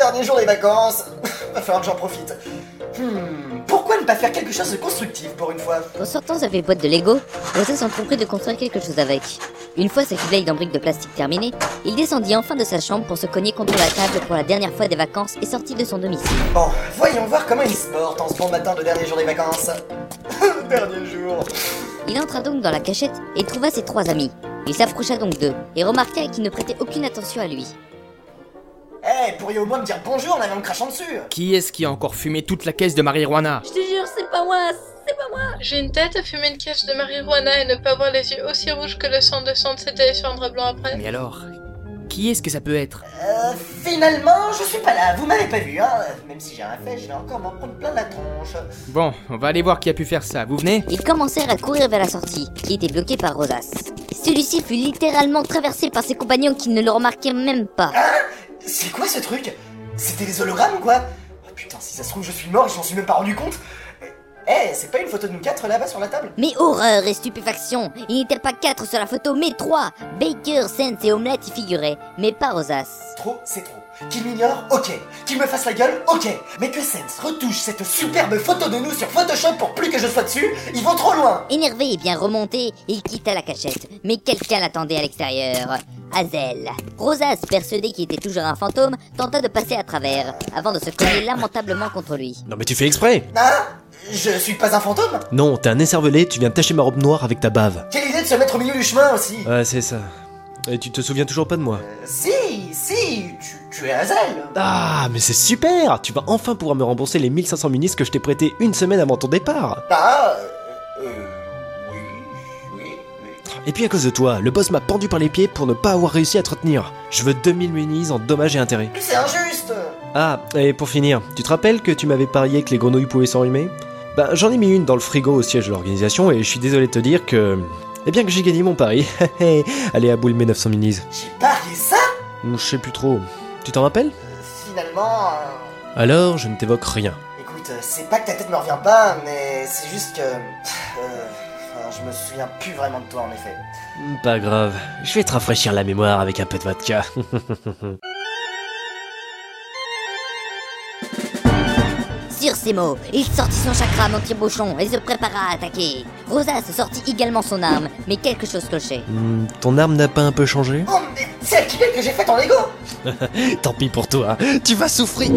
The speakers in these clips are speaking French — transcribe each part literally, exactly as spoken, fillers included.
Dernier jour des vacances. Va falloir que j'en profite. Hmm, pourquoi ne pas faire quelque chose de constructif pour une fois? En sortant sa vieille boîte de Lego, Rosa s'entreprit de construire quelque chose avec. Une fois sa Keyblade en briques de plastique terminée, il descendit enfin de sa chambre pour se cogner contre la table pour la dernière fois des vacances et sortit de son domicile. Bon, voyons voir comment il se porte en ce bon matin de dernier jour des vacances. Dernier jour. Il entra donc dans la cachette et trouva ses trois amis. Il s'approcha donc d'eux et remarqua qu'ils ne prêtaient aucune attention à lui. Eh, hey, pourriez au moins me dire bonjour en allant me crachant dessus? Qui est-ce qui a encore fumé toute la caisse de marijuana? Je te jure, c'est pas moi, c'est pas moi. J'ai une tête à fumer une caisse de marijuana et ne pas avoir les yeux aussi rouges que le sang de sang de s'étaler sur un drap blanc après. Mais alors, qui est-ce que ça peut être? Euh, finalement, je suis pas là, vous m'avez pas vu, hein. Même si j'ai rien fait, je vais encore m'en prendre plein la tronche. Bon, on va aller voir qui a pu faire ça, vous venez? Ils commencèrent à courir vers la sortie, qui était bloquée par Rosas. Celui-ci fut littéralement traversé par ses compagnons qui ne le remarquaient même pas. Hein? C'est quoi ce truc? C'était des hologrammes ou quoi? Oh putain, si ça se trouve je suis mort et je m'en suis même pas rendu compte. Eh, hey, c'est pas une photo de nous quatre là-bas sur la table? Mais horreur et stupéfaction, il n'était pas quatre sur la photo, mais trois. Baker, Sense et Omelette y figuraient, mais pas Rosas. Trop, c'est trop. Qu'il m'ignore, ok. Qu'il me fasse la gueule, ok. Mais que Sense retouche cette superbe photo de nous sur Photoshop pour plus que je sois dessus, ils vont trop loin. Énervé et bien remonté, il quitta la cachette, mais quelqu'un l'attendait à l'extérieur. Hazel. Rosas, persuadé qu'il était toujours un fantôme, tenta de passer à travers, avant de se cogner lamentablement contre lui. Non mais tu fais exprès. Hein? Je suis pas un fantôme? Non, t'es un écervelé, tu viens de tacher ma robe noire avec ta bave. Quelle idée de se mettre au milieu du chemin aussi. Ouais, c'est ça. Et tu te souviens toujours pas de moi? euh, Si, si, tu, tu es Hazel. Ah, mais c'est super. Tu vas enfin pouvoir me rembourser les mille cinq cents munis que je t'ai prêté une semaine avant ton départ. Ah, euh, euh, oui, oui, oui. Et puis à cause de toi, le boss m'a pendu par les pieds pour ne pas avoir réussi à te retenir. Je veux deux mille munis en dommages et intérêts. Mais c'est injuste. Ah, et pour finir, tu te rappelles que tu m'avais parié que les grenouilles pouvaient s'enrhumer? Bah, j'en ai mis une dans le frigo au siège de l'organisation et je suis désolé de te dire que... Eh bien que j'ai gagné mon pari. Allez, à boule mes neuf cents minis. J'ai parié ça? Je sais plus trop. Tu t'en rappelles? euh, Finalement... Euh... Alors, je ne t'évoque rien. Écoute, euh, c'est pas que ta tête me revient pas, mais c'est juste que... Euh... Enfin, je me souviens plus vraiment de toi, en effet. Pas grave, je vais te rafraîchir la mémoire avec un peu de vodka. Sur ces mots, il sortit son chakra anti-bouchon et se prépara à attaquer. Rosas sortit également son arme, mais quelque chose clochait. Hmm, ton arme n'a pas un peu changé? Oh, mais c'est la Keyblade que j'ai faite en Lego. Tant pis pour toi, tu vas souffrir.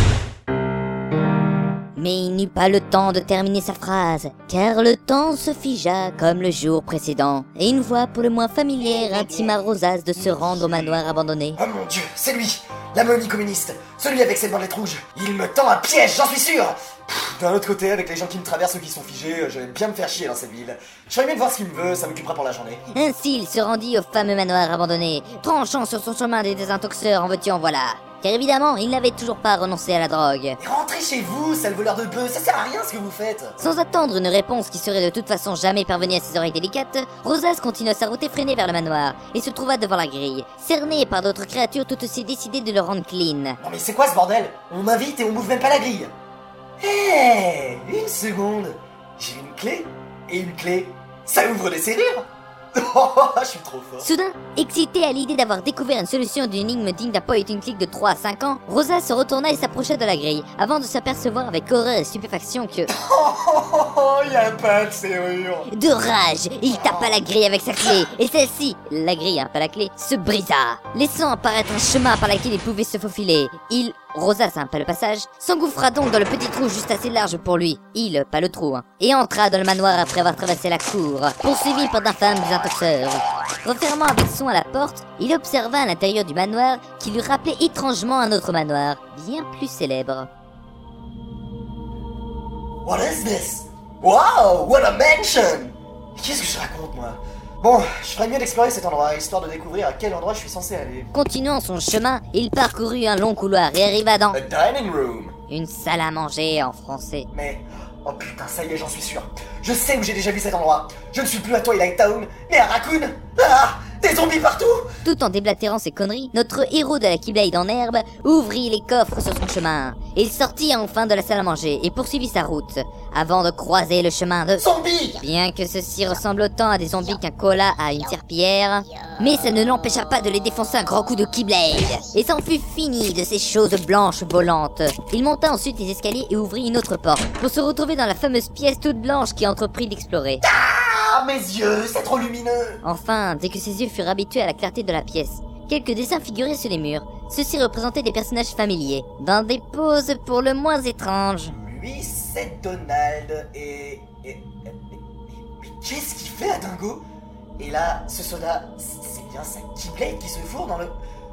Mais il n'eut pas le temps de terminer sa phrase, car le temps se figea comme le jour précédent, et une voix pour le moins familière intima Rosas de se rendre au manoir abandonné. Oh mon dieu, c'est lui, la momie communiste, celui avec ses bandelettes rouges. Il me tend un piège, j'en suis sûr. Pff, D'un autre côté, avec les gens qui me traversent ou qui sont figés, je vais bien me faire chier dans cette ville. Je ferais mieux de voir ce qu'il me veut, ça m'occupera pour la journée. Ainsi, il se rendit au fameux manoir abandonné, tranchant sur son chemin des désintoxeurs en veux-tu en voilà. Car évidemment, il n'avait toujours pas renoncé à la drogue. Et rentrez chez vous, sale voleur de bœufs, ça sert à rien ce que vous faites. Sans attendre une réponse qui serait de toute façon jamais parvenue à ses oreilles délicates, Rosas continua sa route effrénée vers le manoir et se trouva devant la grille, cerné par d'autres créatures toutes aussi décidées de le rendre clean. Non mais c'est quoi ce bordel? On m'invite et on m'ouvre même pas la grille. Hé, hey, une seconde. J'ai une clé, et une clé, ça ouvre des serrures. Oh, je suis trop fort. Soudain, excité à l'idée d'avoir découvert une solution d'une énigme digne d'un point and click de trois à cinq ans, Rosa se retourna et s'approcha de la grille, avant de s'apercevoir avec horreur et stupéfaction que... Oh, oh, oh, oh, y a pas de serrure. De rage, il tapa la grille avec sa clé, et celle-ci, la grille, hein, pas la clé, se brisa, laissant apparaître un chemin par lequel il pouvait se faufiler. Il... Rosa, c'est un pas le passage, s'engouffra donc dans le petit trou juste assez large pour lui, il, pas le trou, hein, et entra dans le manoir après avoir traversé la cour, poursuivi par d'infâmes désintoxeurs. Refermant avec soin la porte, il observa à l'intérieur du manoir qui lui rappelait étrangement un autre manoir, bien plus célèbre. What is this? Wow, what a mansion! Qu'est-ce que je raconte, moi? Bon, je ferais mieux d'explorer cet endroit, histoire de découvrir à quel endroit je suis censé aller. Continuant son chemin, il parcourut un long couloir et arriva dans... A dining room. Une salle à manger en français. Mais... Oh putain, ça y est, j'en suis sûr. Je sais où j'ai déjà vu cet endroit. Je ne suis plus à Twilight Town, mais à Raccoon. Ah, Des zombies partout! Tout en déblatérant ses conneries, notre héros de la Keyblade en herbe ouvrit les coffres sur son chemin. Il sortit enfin de la salle à manger et poursuivit sa route, avant de croiser le chemin de... Zombies! Bien que ceci ressemble autant à des zombies qu'un koala à une serpillière, mais ça ne l'empêcha pas de les défoncer un grand coup de Keyblade. Et c'en fut fini de ces choses blanches volantes. Il monta ensuite les escaliers et ouvrit une autre porte, pour se retrouver dans la fameuse pièce toute blanche qu'il entreprit d'explorer. Ah, mes yeux, c'est trop lumineux! Enfin, dès que ses yeux furent habitués à la clarté de la pièce, quelques dessins figuraient sur les murs. Ceux-ci représentaient des personnages familiers, dans des poses pour le moins étranges. Lui, c'est Donald, et... et... et- mais, mais qu'est-ce qu'il fait à Dingo? Et là, ce soldat, c'est bien sa Keyblade qui se fourre dans le...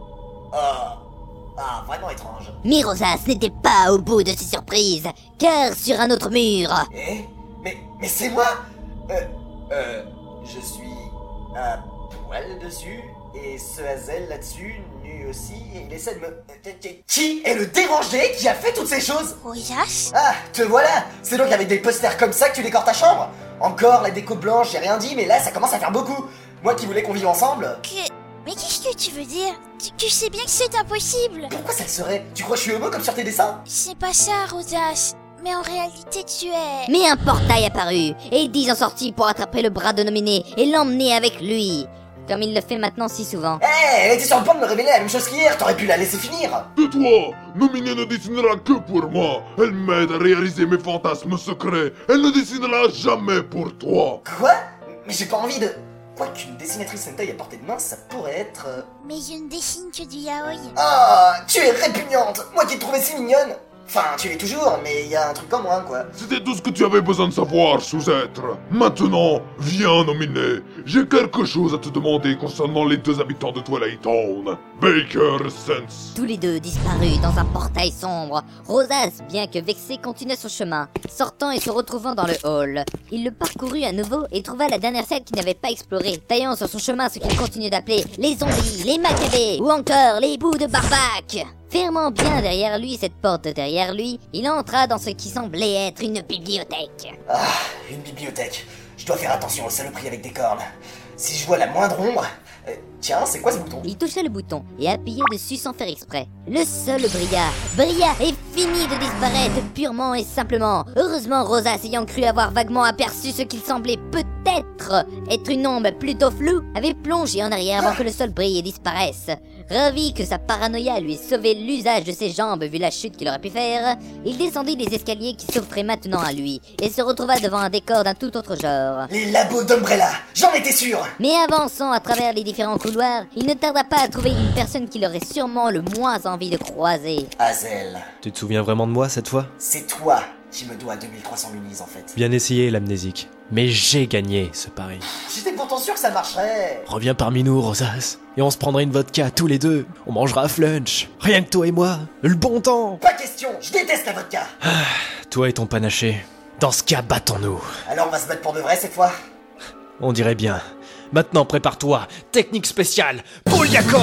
Ah... Ah, vraiment étrange. Mais Rosas n'était pas au bout de ses surprises, car sur un autre mur... Eh? Mais... mais c'est moi! Euh... Euh... Je suis... à poil dessus, et ce Hazel là-dessus, nu aussi, et il essaie de me... euh, Qui est le dérangé qui a fait toutes ces choses? Rosas? Ah, te voilà! C'est donc avec des posters comme ça que tu décores ta chambre? Encore la déco blanche, j'ai rien dit, mais là ça commence à faire beaucoup! Moi qui voulais qu'on vive ensemble? Que... Mais qu'est-ce que tu veux dire? tu, tu sais bien que c'est impossible! Pourquoi ça le serait? Tu crois que je suis homo comme sur tes dessins? C'est pas ça, Rosas. Mais en réalité, tu es... Mais un portail apparut, et Diz en sortit pour attraper le bras de Nominé et l'emmener avec lui, comme il le fait maintenant si souvent. Eh, elle était sur le point de me révéler la même chose qu'hier, t'aurais pu la laisser finir! Tais-toi! Nominé ne dessinera que pour moi. Elle m'aide à réaliser mes fantasmes secrets. Elle ne dessinera jamais pour toi. Quoi? Mais j'ai pas envie de... Quoi qu'une dessinatrice hentai à portée de main, ça pourrait être... euh, Mais je ne dessine que du yaoi. Ah, tu es répugnante! Moi qui te trouvais si mignonne! Enfin, tu l'es toujours, mais il y a un truc en moins, quoi. C'était tout ce que tu avais besoin de savoir, sous-être. Maintenant, viens, Nominé. J'ai quelque chose à te demander concernant les deux habitants de Twilight Town. Baker et Sense. Tous les deux disparus dans un portail sombre. Rosas, bien que vexé, continua son chemin, sortant et se retrouvant dans le hall. Il le parcourut à nouveau et trouva la dernière salle qu'il n'avait pas explorée, taillant sur son chemin ce qu'il continuait d'appeler les zombies, les macabées ou encore les bouts de barbac. Fermant bien derrière lui cette porte derrière lui, il entra dans ce qui semblait être une bibliothèque. Ah, une bibliothèque. Je dois faire attention aux saloperies avec des cornes. Si je vois la moindre ombre... euh, tiens, c'est quoi ce bouton? Il toucha le bouton et appuyait dessus sans faire exprès. Le sol brilla, brilla et finit de disparaître purement et simplement. Heureusement, Rosas, ayant cru avoir vaguement aperçu ce qu'il semblait peut-être être une ombre plutôt floue, avait plongé en arrière avant que le sol brille et disparaisse. Ravi que sa paranoïa lui ait sauvé l'usage de ses jambes vu la chute qu'il aurait pu faire, il descendit les escaliers qui s'offraient maintenant à lui et se retrouva devant un décor d'un tout autre genre. Les labos d'Umbrella, j'en étais sûr! Mais avançant à travers les différents couloirs, il ne tarda pas à trouver une personne qu'il aurait sûrement le moins envie de croiser. Hazel, Tu te souviens vraiment de moi cette fois? c'est toi qui me dois deux mille trois cents munis en fait. Bien essayé, l'amnésique. Mais j'ai gagné ce pari. J'étais pourtant sûr que ça marcherait. Reviens parmi nous, Rosas. Et on se prendra une vodka tous les deux. On mangera à flunch. Rien que toi et moi. Le bon temps. Pas question, je déteste la vodka. Toi et ton panaché. Dans ce cas, battons-nous. Alors on va se battre pour de vrai cette fois? On dirait bien. Maintenant, prépare-toi. Technique spéciale. Poliakor.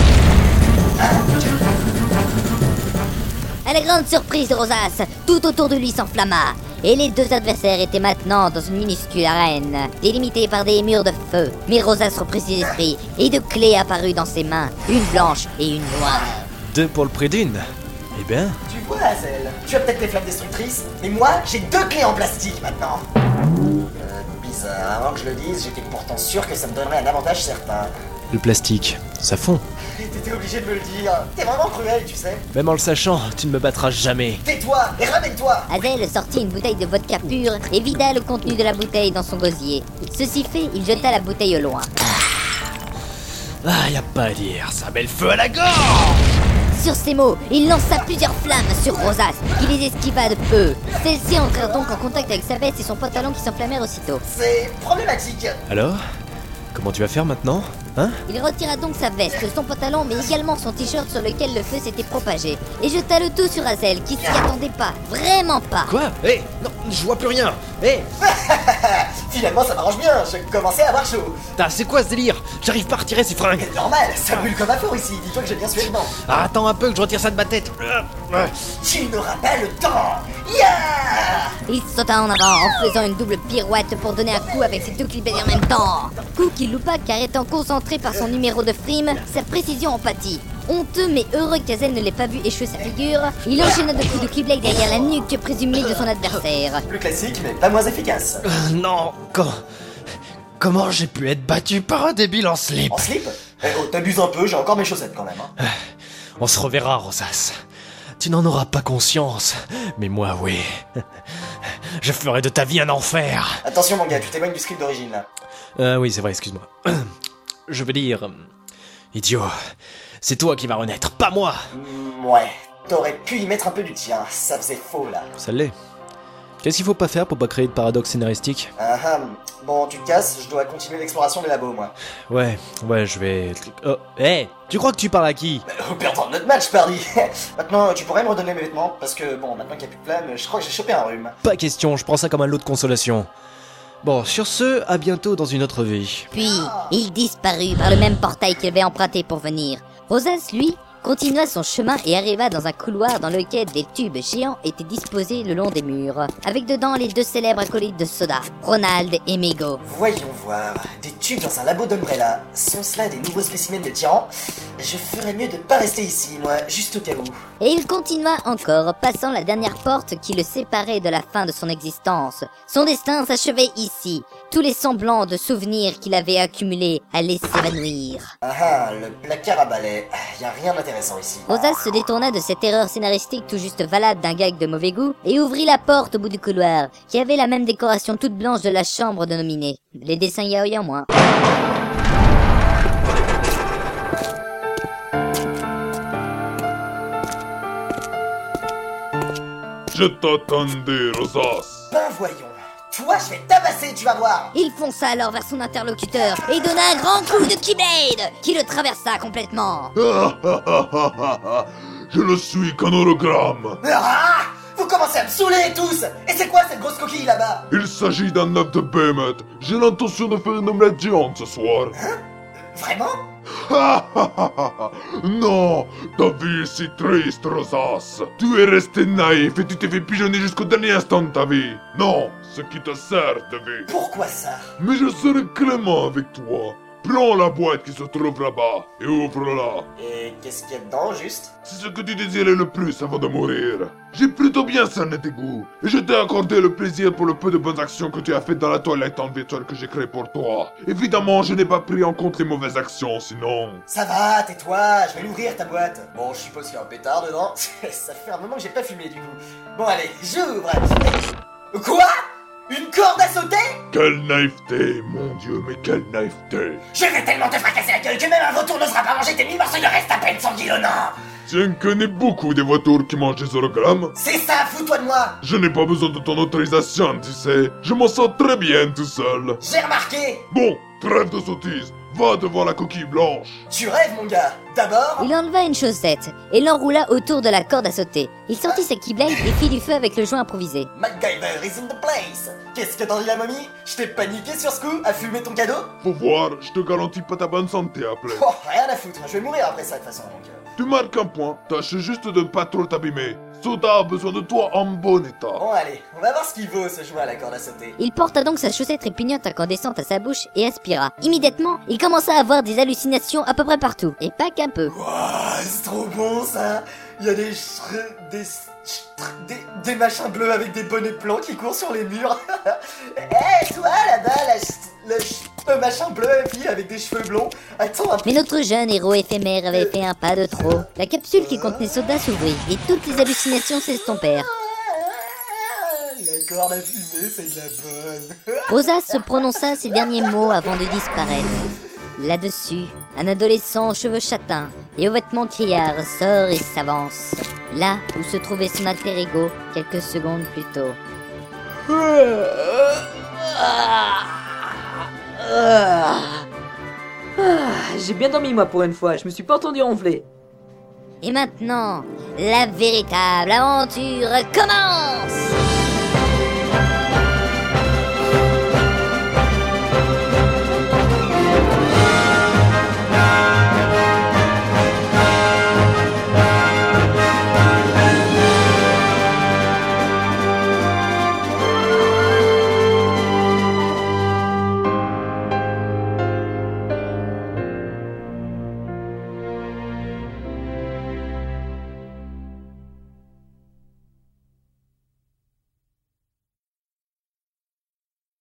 À la grande surprise de Rosas, tout autour de lui s'enflamma, et les deux adversaires étaient maintenant dans une minuscule arène, délimitée par des murs de feu. Mais Rosas reprit ses esprits, et deux clés apparurent dans ses mains, une blanche et une noire. Deux pour le prix d'une. Eh bien, Tu vois Hazel, tu as peut-être des flammes destructrices, mais moi j'ai deux clés en plastique maintenant. Euh, bizarre, avant que je le dise, j'étais pourtant sûr que ça me donnerait un avantage certain. le plastique, ça fond. T'étais obligé de me le dire, t'es vraiment cruel tu sais. Même en le sachant, tu ne me battras jamais. Tais-toi et ramène-toi. Hazel sortit une bouteille de vodka pure et vida le contenu de la bouteille dans son gosier. Ceci fait, il jeta la bouteille au loin. Ah, y a pas à dire, ça met le feu à la gorge. Sur ces mots, il lança plusieurs flammes sur Rosas, qui les esquiva de peu. Celles-ci entrèrent donc en contact avec sa veste et son pantalon qui s'enflammèrent aussitôt. C'est problématique. Alors, comment tu vas faire maintenant? Hein? Il retira donc sa veste, son pantalon, mais également son t-shirt sur lequel le feu s'était propagé, et jeta le tout sur Hazel, qui s'y attendait pas, vraiment pas. Quoi? Hé, non, je vois plus rien. Hé, Finalement, ça m'arrange bien, je commençais à avoir chaud. hey, c'est quoi ce délire? J'arrive pas à retirer ces fringues. C'est normal, ça brûle comme un four ici, dis-toi que j'ai bien sué dedans. Ah, attends un peu que je retire ça de ma tête. Tu n'auras pas le temps. Yeah! Il sauta en avant en faisant une double pirouette pour donner un coup avec ses deux clipés en même temps. Coup qu'il loupa car étant concentré par son numéro de frime, sa précision en pâtit. Honteux mais heureux qu'Azel ne l'ait pas vu échouer sa figure, il enchaîna de coups de Keyblade derrière la nuque présumée de son adversaire. Plus classique, mais pas moins efficace. Euh, non, comment... Comment j'ai pu être battu par un débile en slip? En slip? Eh oh, t'abuses un peu, j'ai encore mes chaussettes quand même. Hein. On se reverra, Rosas. Tu n'en auras pas conscience, mais moi, oui. Je ferai de ta vie un enfer. Attention mon gars, tu t'éloignes du script d'origine là. Euh, oui, c'est vrai, excuse-moi. Je veux dire... euh, Idiot, c'est toi qui vas renaître, pas moi. Mm, ouais, t'aurais pu y mettre un peu du tien, ça faisait faux là. Ça l'est. Qu'est-ce qu'il faut pas faire pour pas créer de paradoxe scénaristique? Ah ah, bon, tu te casses, je dois continuer l'exploration des labos moi. Ouais, ouais, je vais... Oh, hé, tu crois que tu parles à qui? Au perdant de notre match, pardi. Maintenant, tu pourrais me redonner mes vêtements, parce que bon, maintenant qu'il n'y a plus de flamme, je crois que j'ai chopé un rhume. Pas question, je prends ça comme un lot de consolation. Bon, sur ce, à bientôt dans une autre vie. Puis, il disparut par le même portail qu'il avait emprunté pour venir. Rosas, lui, continua son chemin et arriva dans un couloir dans lequel des tubes géants étaient disposés le long des murs, avec dedans les deux célèbres acolytes de Soda, Ronald et Mego. Voyons voir, des tubes dans un labo d'Umbrella, sont cela des nouveaux spécimens de tyrans? Je ferais mieux de pas rester ici, moi, juste au cas où. Et il continua encore, passant la dernière porte qui le séparait de la fin de son existence. Son destin s'achevait ici. Tous les semblants de souvenirs qu'il avait accumulés allaient s'évanouir. Ah ah, le placard à balai, y a rien d'intéressant ici. Rosas se détourna de cette erreur scénaristique tout juste valable d'un gag de mauvais goût et ouvrit la porte au bout du couloir, qui avait la même décoration toute blanche de la chambre de nominé. Les dessins yaoi en moins. Je t'attendais, Rosas. Ben voyons, toi je vais tabasser, tu vas voir. Il fonça alors vers son interlocuteur et donna un grand coup de Keyblade qui le traversa complètement. Je ne suis qu'un hologramme. Ah! Vous commencez à me saouler tous. Et c'est quoi cette grosse coquille là-bas? Il s'agit d'un œuf de Behemoth. J'ai l'intention de faire une omelette géante ce soir. Vraiment? Non, ta vie est si triste, Rosas. Tu es resté naïf et tu t'es fait pigeonner jusqu'au dernier instant de ta vie. Non, ce qui te sert de vie. Pourquoi ça? Mais je serai clément avec toi. Prends la boîte qui se trouve là-bas et ouvre-la. Et qu'est-ce qu'il y a dedans, juste? C'est ce que tu désirais le plus avant de mourir. J'ai plutôt bien cerné tes goûts, et je t'ai accordé le plaisir pour le peu de bonnes actions que tu as faites dans la Twilight Town virtuelle que j'ai créée pour toi. Évidemment, je n'ai pas pris en compte les mauvaises actions, sinon... Ça va, tais-toi, je vais l'ouvrir ta boîte. Bon, je suppose qu'il y a un pétard dedans. Ça fait un moment que j'ai pas fumé, du coup. Bon, allez, j'ouvre. Quoi? Une corde à sauter? Quelle naïveté, mon dieu, mais quelle naïveté. Je vais tellement te fracasser la gueule que même un vautour n'osera pas manger tes mille morceaux de reste à peine sanguillonnants. Tu en connais beaucoup des voitures qui mangent des hologrammes. C'est ça, fous-toi de moi. Je n'ai pas besoin de ton autorisation, tu sais. Je m'en sors très bien tout seul. J'ai remarqué. Bon, trêve de sottise. Va devant la coquille blanche. Tu rêves, mon gars. D'abord... Il enleva une chaussette et l'enroula autour de la corde à sauter. Il sortit sa Keyblade et fit du feu avec le joint improvisé. MacGyver is in the place. Qu'est-ce que t'en dis, la momie? Je t'ai paniqué sur ce coup, à fumer ton cadeau? Faut voir, je te garantis pas ta bonne santé après. Oh, rien à foutre, je vais mourir après ça de toute façon, donc... euh. Tu marques un point, tâche juste de ne pas trop t'abîmer. Soda a besoin de toi en bon état. Bon, allez, on va voir ce qu'il vaut, ce jouet à la corde à sauter. Il porta donc sa chaussette répugnante incandescente à sa bouche et aspira. Immédiatement, il commença à avoir des hallucinations à peu près partout. Et pas qu'un peu. Wouah, c'est trop bon, ça. Il y a des chre... des... chre- des... des machins bleus avec des bonnets blancs qui courent sur les murs. Eh, toi, là-bas, la... ch- le ch- le machin bleu, fille, avec des cheveux blonds. Attends un peu. Mais notre jeune héros éphémère avait fait un pas de trop. La capsule qui contenait Soda s'ouvrit et toutes les hallucinations s'estompèrent. La corde à fumer, c'est de la bonne. Rosas se prononça ces derniers mots avant de disparaître. Là-dessus, un adolescent aux cheveux châtains et aux vêtements criards sort et s'avance. Là où se trouvait son alter ego quelques secondes plus tôt. J'ai bien dormi moi pour une fois, je me suis pas entendu ronfler. Et maintenant, la véritable aventure commence!